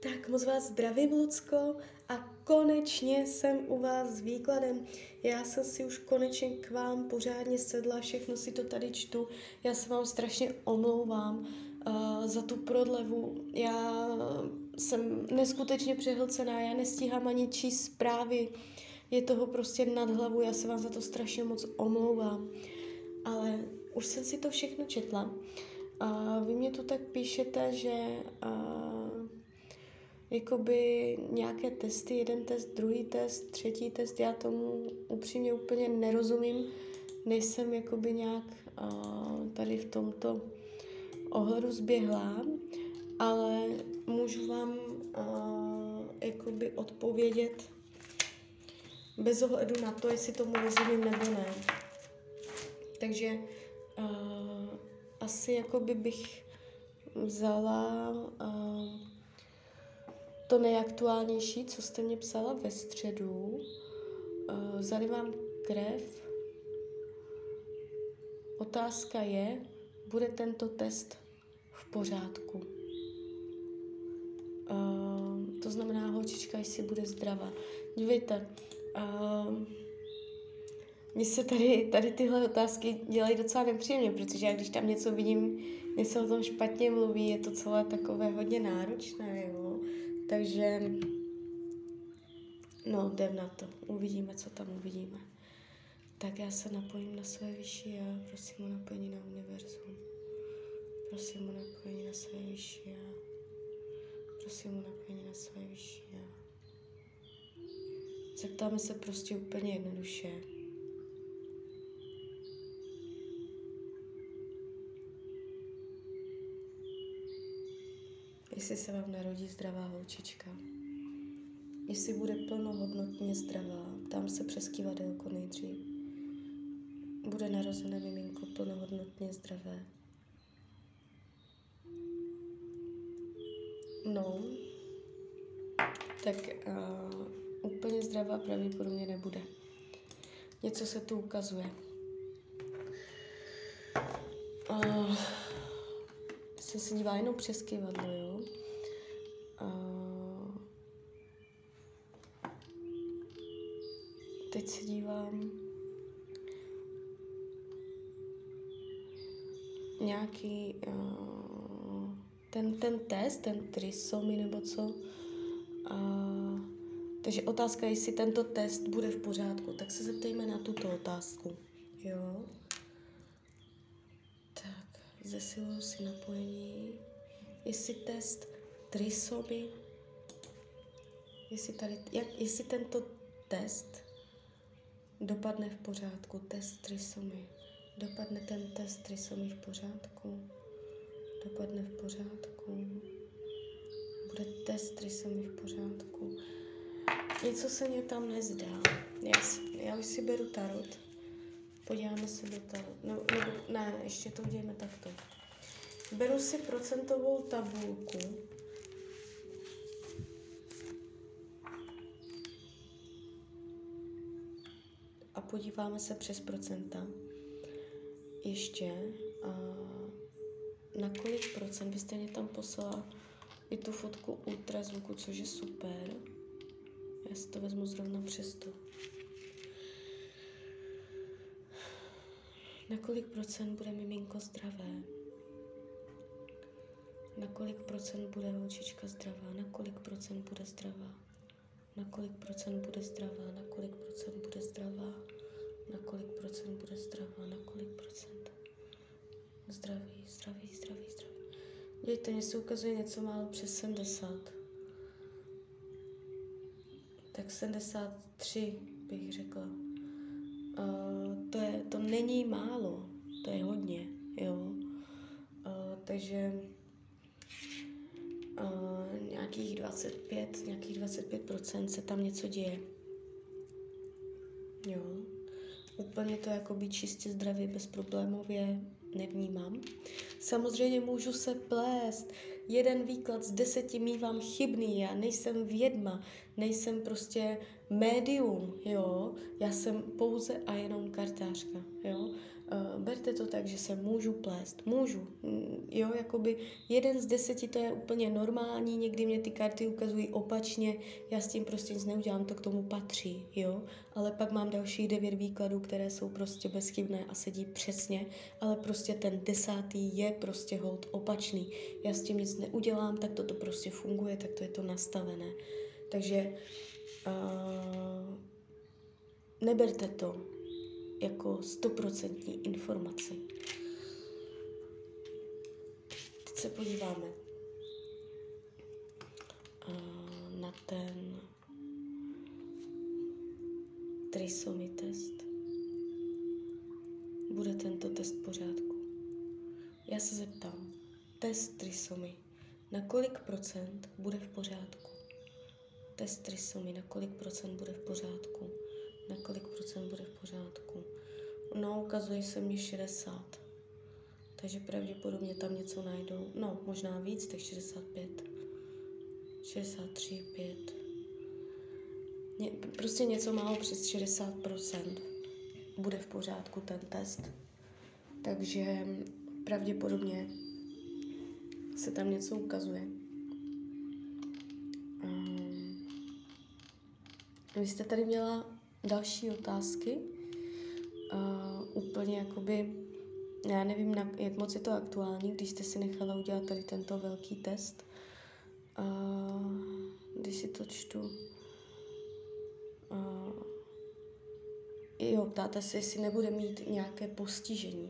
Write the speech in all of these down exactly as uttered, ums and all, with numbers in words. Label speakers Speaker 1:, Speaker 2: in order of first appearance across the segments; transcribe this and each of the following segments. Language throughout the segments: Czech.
Speaker 1: Tak moc vás zdravím, Lucko, a konečně jsem u vás s výkladem. Já jsem si už konečně k vám pořádně sedla, všechno si to tady čtu. Já se vám strašně omlouvám uh, za tu prodlevu. Já jsem neskutečně přehlcená, já nestíhám ani číst zprávy. Je toho prostě nad hlavu, já se vám za to strašně moc omlouvám. Ale už jsem si to všechno četla. A vy mě tu tak píšete, že uh, jakoby nějaké testy, jeden test, druhý test, třetí test, já tomu upřímně úplně nerozumím. Nejsem jakoby nějak uh, tady v tomto ohledu zběhlá, ale můžu vám uh, jakoby odpovědět bez ohledu na to, jestli tomu rozumím nebo ne. Takže uh, asi jakoby bych vzala uh, to nejaktuálnější, co jste mě psala ve středu. Uh, vzali vám krev. Otázka je, bude tento test v pořádku? Uh, to znamená, holčička, jestli bude zdravá. Dívejte, uh, mně se tady, tady tyhle otázky dělají docela nepříjemně, protože já když tam něco vidím, mě se o tom špatně mluví, je to celé takové hodně náročné, jo. Takže, no, jdem na to. Uvidíme, co tam uvidíme. Tak já se napojím na své vyšší já, prosím o napojení na univerzum. Prosím o napojení na své vyšší já. Prosím o napojení na své vyšší já. Zeptáme se prostě úplně jednoduše. Jestli se vám narodí zdravá holčička. Jestli bude plnohodnotně zdravá, ptám se přes kivadelko nejdřív. Bude narozené miminko plnohodnotně zdravé. No, tak uh, úplně zdravá pravděpodobně nebude. Něco se tu ukazuje. Uh, jsem se dívá jenom přes kivadlo, jo. Uh, teď se dívám nějaký uh, ten, ten test, ten trisomy nebo co. Uh, takže otázka, jestli tento test bude v pořádku, tak se zeptejme na tuto otázku, jo. Tak, zesiluju si napojení. Jestli test trisomy, jestli, tady, jak, jestli tento test dopadne v pořádku, test trisomy. Dopadne ten test trisomy v pořádku? Dopadne v pořádku? Bude test trisomy v pořádku? Něco se mě tam nezdá. Yes. Já už si beru tarot. Podíváme se do tarot. No, nebo, ne, ještě to uděláme takto. Beru si procentovou tabulku. A podíváme se přes procenta. Ještě. A na kolik procent? Vy jste mě tam poslala i tu fotku ultrazvuku, což je super. Já si to vezmu zrovna přes to. Na kolik procent bude miminko zdravé? Na kolik procent bude holčička zdravá? Na kolik procent bude zdravá? Na kolik procent bude zdravá? Na kolik procent bude zdravá? Na kolik procent bude zdravá? Na kolik procent? Zdraví, zdraví, zdraví, zdraví. Dívejte, mně se ukazuje něco málo přes sedmdesát. Tak sedmdesát tři bych řekla. Uh, to, je, to není málo, to je hodně, jo. Uh, takže uh, nějakých dvacet pět, nějakých dvacet pět procent se tam něco děje. Jo. Úplně to jako být čistě zdravě, bezproblémově nevnímám. Samozřejmě můžu se plést. Jeden výklad z deseti mívám chybný. Já nejsem vědma, nejsem prostě médium, jo. Já jsem pouze a jenom kartářka, jo. Uh, berte to tak, že se můžu plést, můžu, mm, jo, jakoby jeden z deseti to je úplně normální, někdy mě ty karty ukazují opačně, já s tím prostě nic neudělám, to k tomu patří, jo, ale pak mám další devět výkladů, které jsou prostě bezchybné a sedí přesně, ale prostě ten desátý je prostě hold opačný, já s tím nic neudělám, tak toto prostě funguje, tak to je to nastavené, takže uh, neberte to jako stoprocentní informaci. Teď se podíváme uh, na ten trisomy test. Bude tento test v pořádku? Já se zeptám, test trisomy, na kolik procent bude v pořádku? Test trisomy, na kolik procent bude v pořádku? Na kolik procent bude v pořádku? No, ukazuje se mi šedesát. Takže pravděpodobně tam něco najdou. No, možná víc, tak šedesát pět. šedesát tři, pět. Ně, prostě něco málo přes šedesát procent bude v pořádku ten test. Takže pravděpodobně se tam něco ukazuje. Um, vy jste tady měla další otázky. Uh, úplně jakoby, já nevím, na, jak moc je to aktuální, když jste si nechala udělat tady tento velký test. Uh, když si to čtu. Uh, jo, ptáte se, jestli nebude mít nějaké postižení.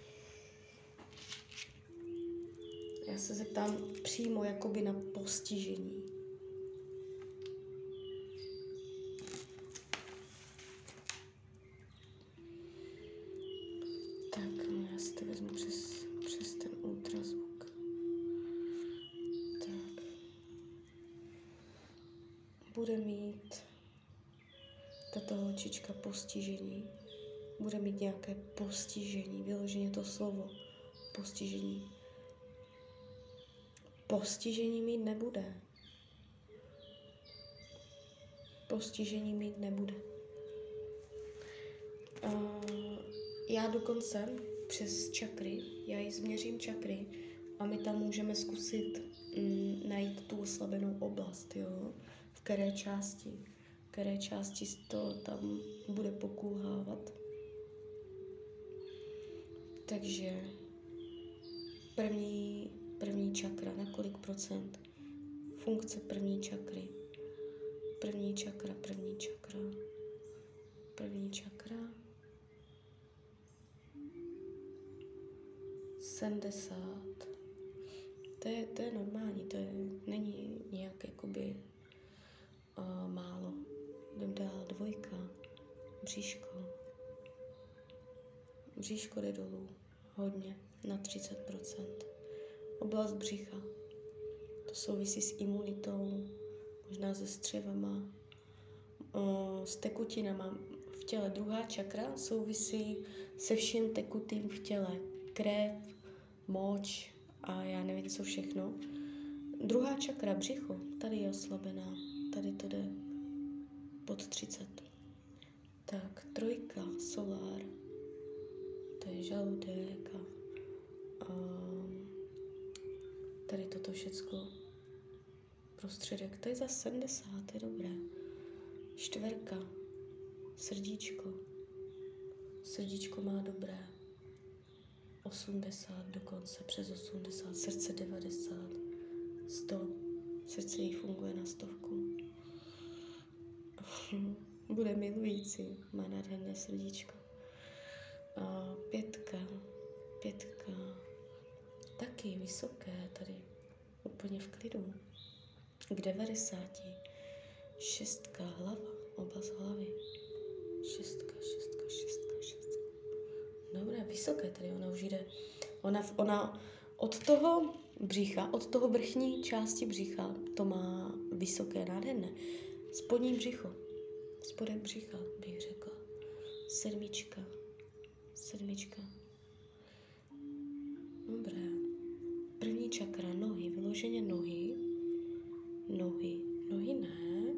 Speaker 1: Já se zeptám přímo jakoby na postižení. Tak, no, já si to vezmu přes, přes ten ultrazvuk. Tak. Bude mít tato holčička postižení. Bude mít nějaké postižení, vyloženě to slovo. Postižení. Postižení mít nebude. Postižení mít nebude. Uh, já dokonce přes čakry, já ji změřím čakry a my tam můžeme zkusit mm, najít tu oslabenou oblast, jo? V které části, v které části to tam bude pokulhávat. Takže první, první čakra, na kolik procent? Funkce první čakry. První čakra, první čakra. První čakra. sedmdesát. To je, to je normální, to je, není nějak jakoby uh, málo. Jdem dál, dvojka, bříško. Bříško jde dolů, hodně, na třicet procent. Oblast břicha, to souvisí s imunitou, možná se střevama, uh, s tekutinama v těle. Druhá čakra souvisí se vším tekutým v těle. Krev, moč a já nevím, co všechno. Druhá čakra, břicho, tady je oslabená, tady to jde pod třicet. Tak, trojka, solár, to je žaludek a, a tady toto všecko prostředek, to je za sedmdesát, to je dobré. Čtverka, srdíčko, srdíčko má dobré. osmdesát dokonce, přes osmdesát, srdce devadesát, sto, srdce jí funguje na stovku. Bude milující, má nádherné srdíčko. A pětka, pětka, taky vysoké, tady úplně v klidu, k devadesáti. Šestka, hlava, oblast hlavy, šestka, šestka, šestka, šestka. Dobré, vysoké tady, ona už jde. Ona, ona od toho břicha, od toho vrchní části břicha, to má vysoké, nádherné. Spodní břicho, spodek břicha, bych řekla. Sedmička, sedmička. Dobré. První čakra, nohy, vyloženě nohy. Nohy, nohy ne.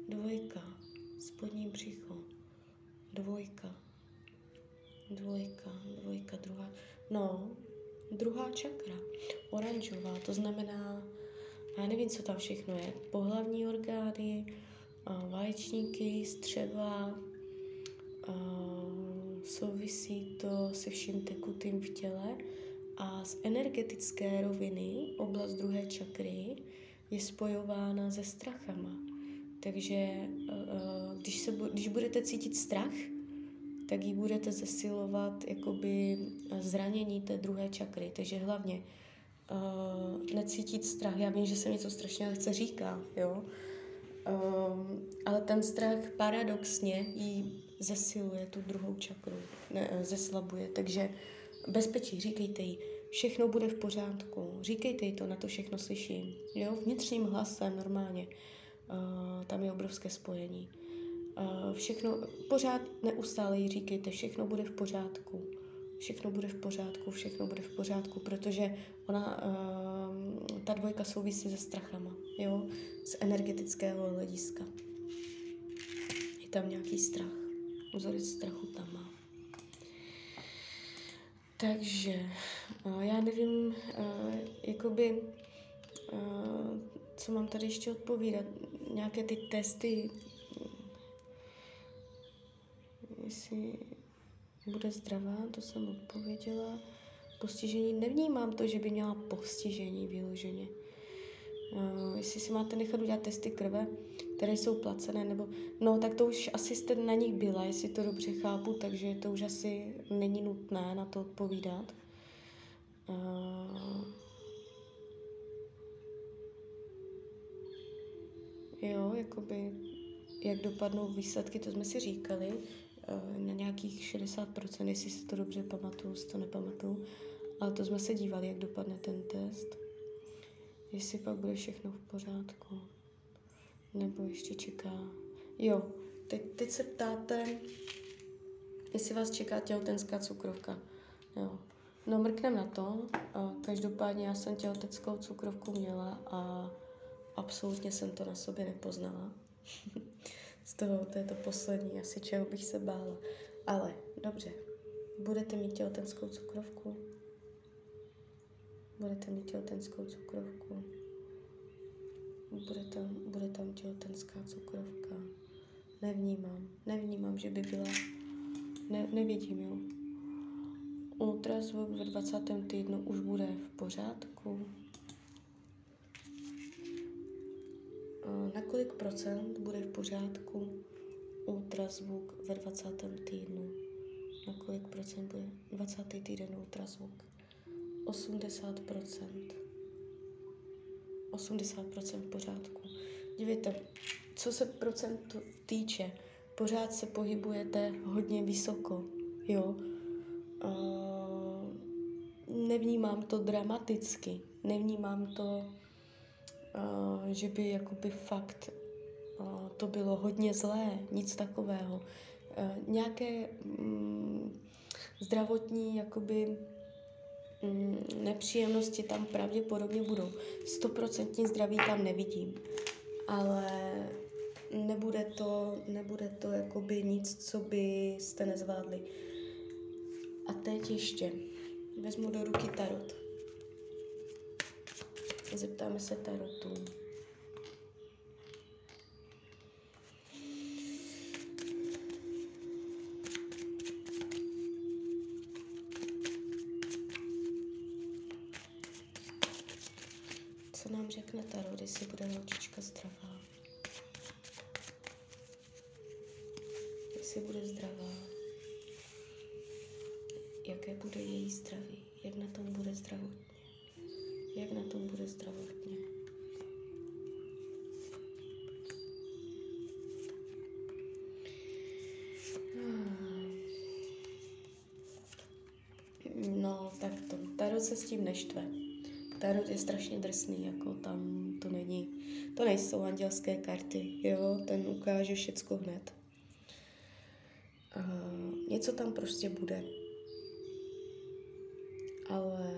Speaker 1: Dvojka, spodní břicho. Dvojka. Dvojka. no, druhá čakra, oranžová, to znamená, já nevím, co tam všechno je, pohlavní orgány, uh, vaječníky, střeva, uh, souvisí to se vším tekutým v těle a z energetické roviny oblast druhé čakry je spojována se strachama. Takže uh, když, se, když budete cítit strach, tak ji budete zesilovat jakoby zranění té druhé čakry. Takže hlavně uh, necítit strach. Já vím, že se něco strašně lehce říká, jo? Um, ale ten strach paradoxně jí zesiluje tu druhou čakru, ne, zeslabuje. Takže bezpečí, říkejte jí, všechno bude v pořádku. Říkejte jí to, na to všechno slyším. Jo? Vnitřním hlasem normálně. Uh, tam je obrovské spojení. Uh, všechno, pořád neustále jí říkejte, všechno bude v pořádku. Všechno bude v pořádku, všechno bude v pořádku, protože ona, uh, ta dvojka souvisí se strachama, jo? Z energetického hlediska. Je tam nějaký strach. Vzorec strachu tam má. Takže, uh, já nevím, uh, jakoby, uh, co mám tady ještě odpovídat. Nějaké ty testy, jestli bude zdravá, to jsem odpověděla. Postižení, nevnímám to, že by měla postižení vyloženě. Uh, jestli si máte nechat udělat testy krve, které jsou placené, nebo, no tak to už asi jste na nich byla, jestli to dobře chápu, takže to už asi není nutné na to odpovídat. Uh, jo, jakoby, jak dopadnou výsledky, to jsme si říkali, na nějakých šedesát procent, jestli si to dobře pamatuju, si to nepamatuju, ale to jsme se dívali, jak dopadne ten test. Jestli pak bude všechno v pořádku. Nebo ještě čeká. Jo, teď, teď se ptáte, jestli vás čeká těhotenská cukrovka. Jo. No, mrknem na to. Každopádně já jsem těhotenskou cukrovku měla a absolutně jsem to na sobě nepoznala. Z toho, to je to poslední, asi čeho bych se bála. Ale, dobře, budete mít těhotenskou cukrovku? Budete mít těhotenskou cukrovku? Bude tam, bude tam těhotenská cukrovka? Nevnímám, nevnímám, že by byla. Ne, nevidím, jo. Ultrazvuk ve dvacátém týdnu už bude v pořádku? Na kolik procent bude v pořádku ultrazvuk ve dvacátém týdnu? Na kolik procent bude dvacátý týden ultrazvuk? osmdesát procent. osmdesát procent v pořádku. Dívejte, co se procentu týče, pořád se pohybujete hodně vysoko, jo. Uh, nevnímám to dramaticky, nevnímám to, Uh, že by jakoby fakt uh, to bylo hodně zlé, nic takového. Uh, nějaké um, zdravotní jakoby um, nepříjemnosti tam pravděpodobně budou. Stoprocentní zdraví tam nevidím, ale nebude to, nebude to jakoby nic, co byste nezvládli. A teď ještě vezmu do ruky tarot. Zeptáme se tarotu. Co nám řekne tarot, jestli bude holčička zdravá? Jestli bude zdravá? Jaké bude její zdraví? Jak na tom bude zdravotně? Jak na tom bude zdravotně? No, tak to. Tarot se s tím neštve. Tarot je strašně drsný, jako tam to není. To nejsou andělské karty, jo? Ten ukáže všecko hned. Uh, něco tam prostě bude. Ale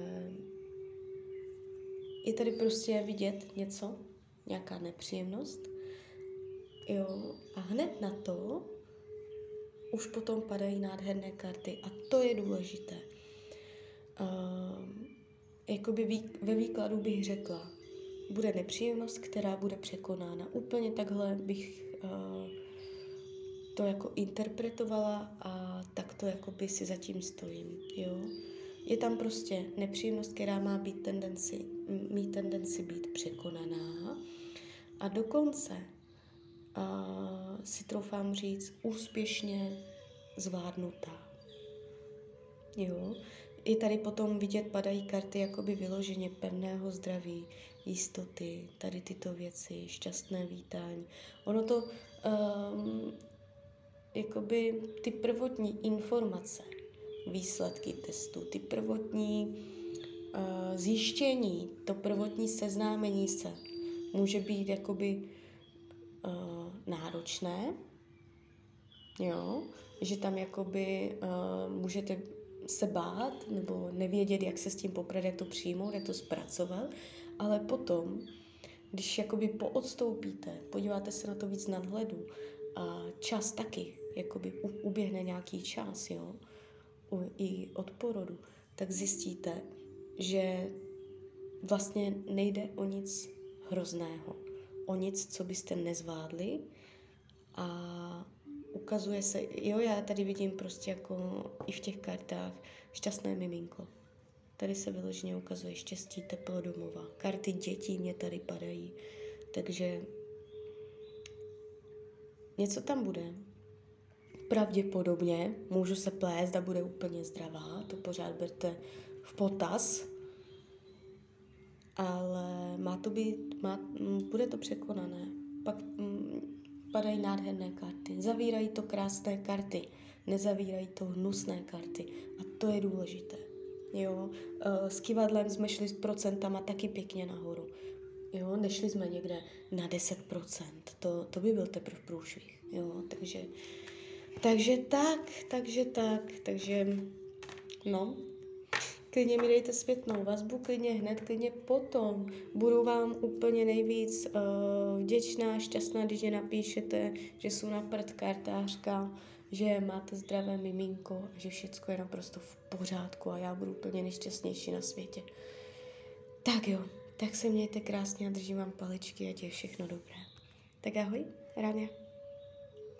Speaker 1: je tady prostě vidět něco, nějaká nepříjemnost, jo, a hned na to už potom padají nádherné karty a to je důležité. Uh, jakoby vý, ve výkladu bych řekla, bude nepříjemnost, která bude překonána. Úplně takhle bych uh, to jako interpretovala a tak to jakoby si zatím stojím, jo. Je tam prostě nepříjemnost, která má být tendenci, mít tendenci být překonaná a dokonce uh, si troufám říct úspěšně zvládnutá. Jo. I tady potom vidět padají karty jakoby vyloženě pevného zdraví, jistoty, tady tyto věci, šťastné vítání. Ono to, um, jakoby ty prvotní informace, výsledky testu, ty prvotní uh, zjištění, to prvotní seznámení se může být jakoby uh, náročné, jo, že tam jakoby uh, můžete se bát nebo nevědět, jak se s tím poprat, jak to přijmout, jak to zpracovat, ale potom, když jakoby poodstoupíte, podíváte se na to víc nadhledu a čas taky, jakoby uběhne nějaký čas, jo, i od porodu, tak zjistíte, že vlastně nejde o nic hrozného, o nic, co byste nezvládli a ukazuje se, jo, já tady vidím prostě jako i v těch kartách šťastné miminko. Tady se vyloženě ukazuje štěstí, teplo domova. Karty dětí mě tady padají, takže něco tam bude. Pravděpodobně můžu se plést a bude úplně zdravá, to pořád berte v potaz, ale má to být, má, bude to překonané. Pak mm, padají nádherné karty, zavírají to krásné karty, nezavírají to hnusné karty a to je důležité. Jo, s kivadlem jsme šli s procentama taky pěkně nahoru. Jo, nešli jsme někde na deset procent, to, to by byl teprve průšvih. Jo, takže, takže tak, takže tak, takže no, klidně mi dejte zpětnou vazbu, klidně hned, klidně potom. Budu vám úplně nejvíc uh, vděčná, šťastná, když je napíšete, že jsou na prd kartářka, že máte zdravé miminko a že všecko je naprosto v pořádku a já budu úplně nejšťastnější na světě. Tak jo, tak se mějte krásně a držím vám paličky, ať je všechno dobré. Tak ahoj, Ráňa.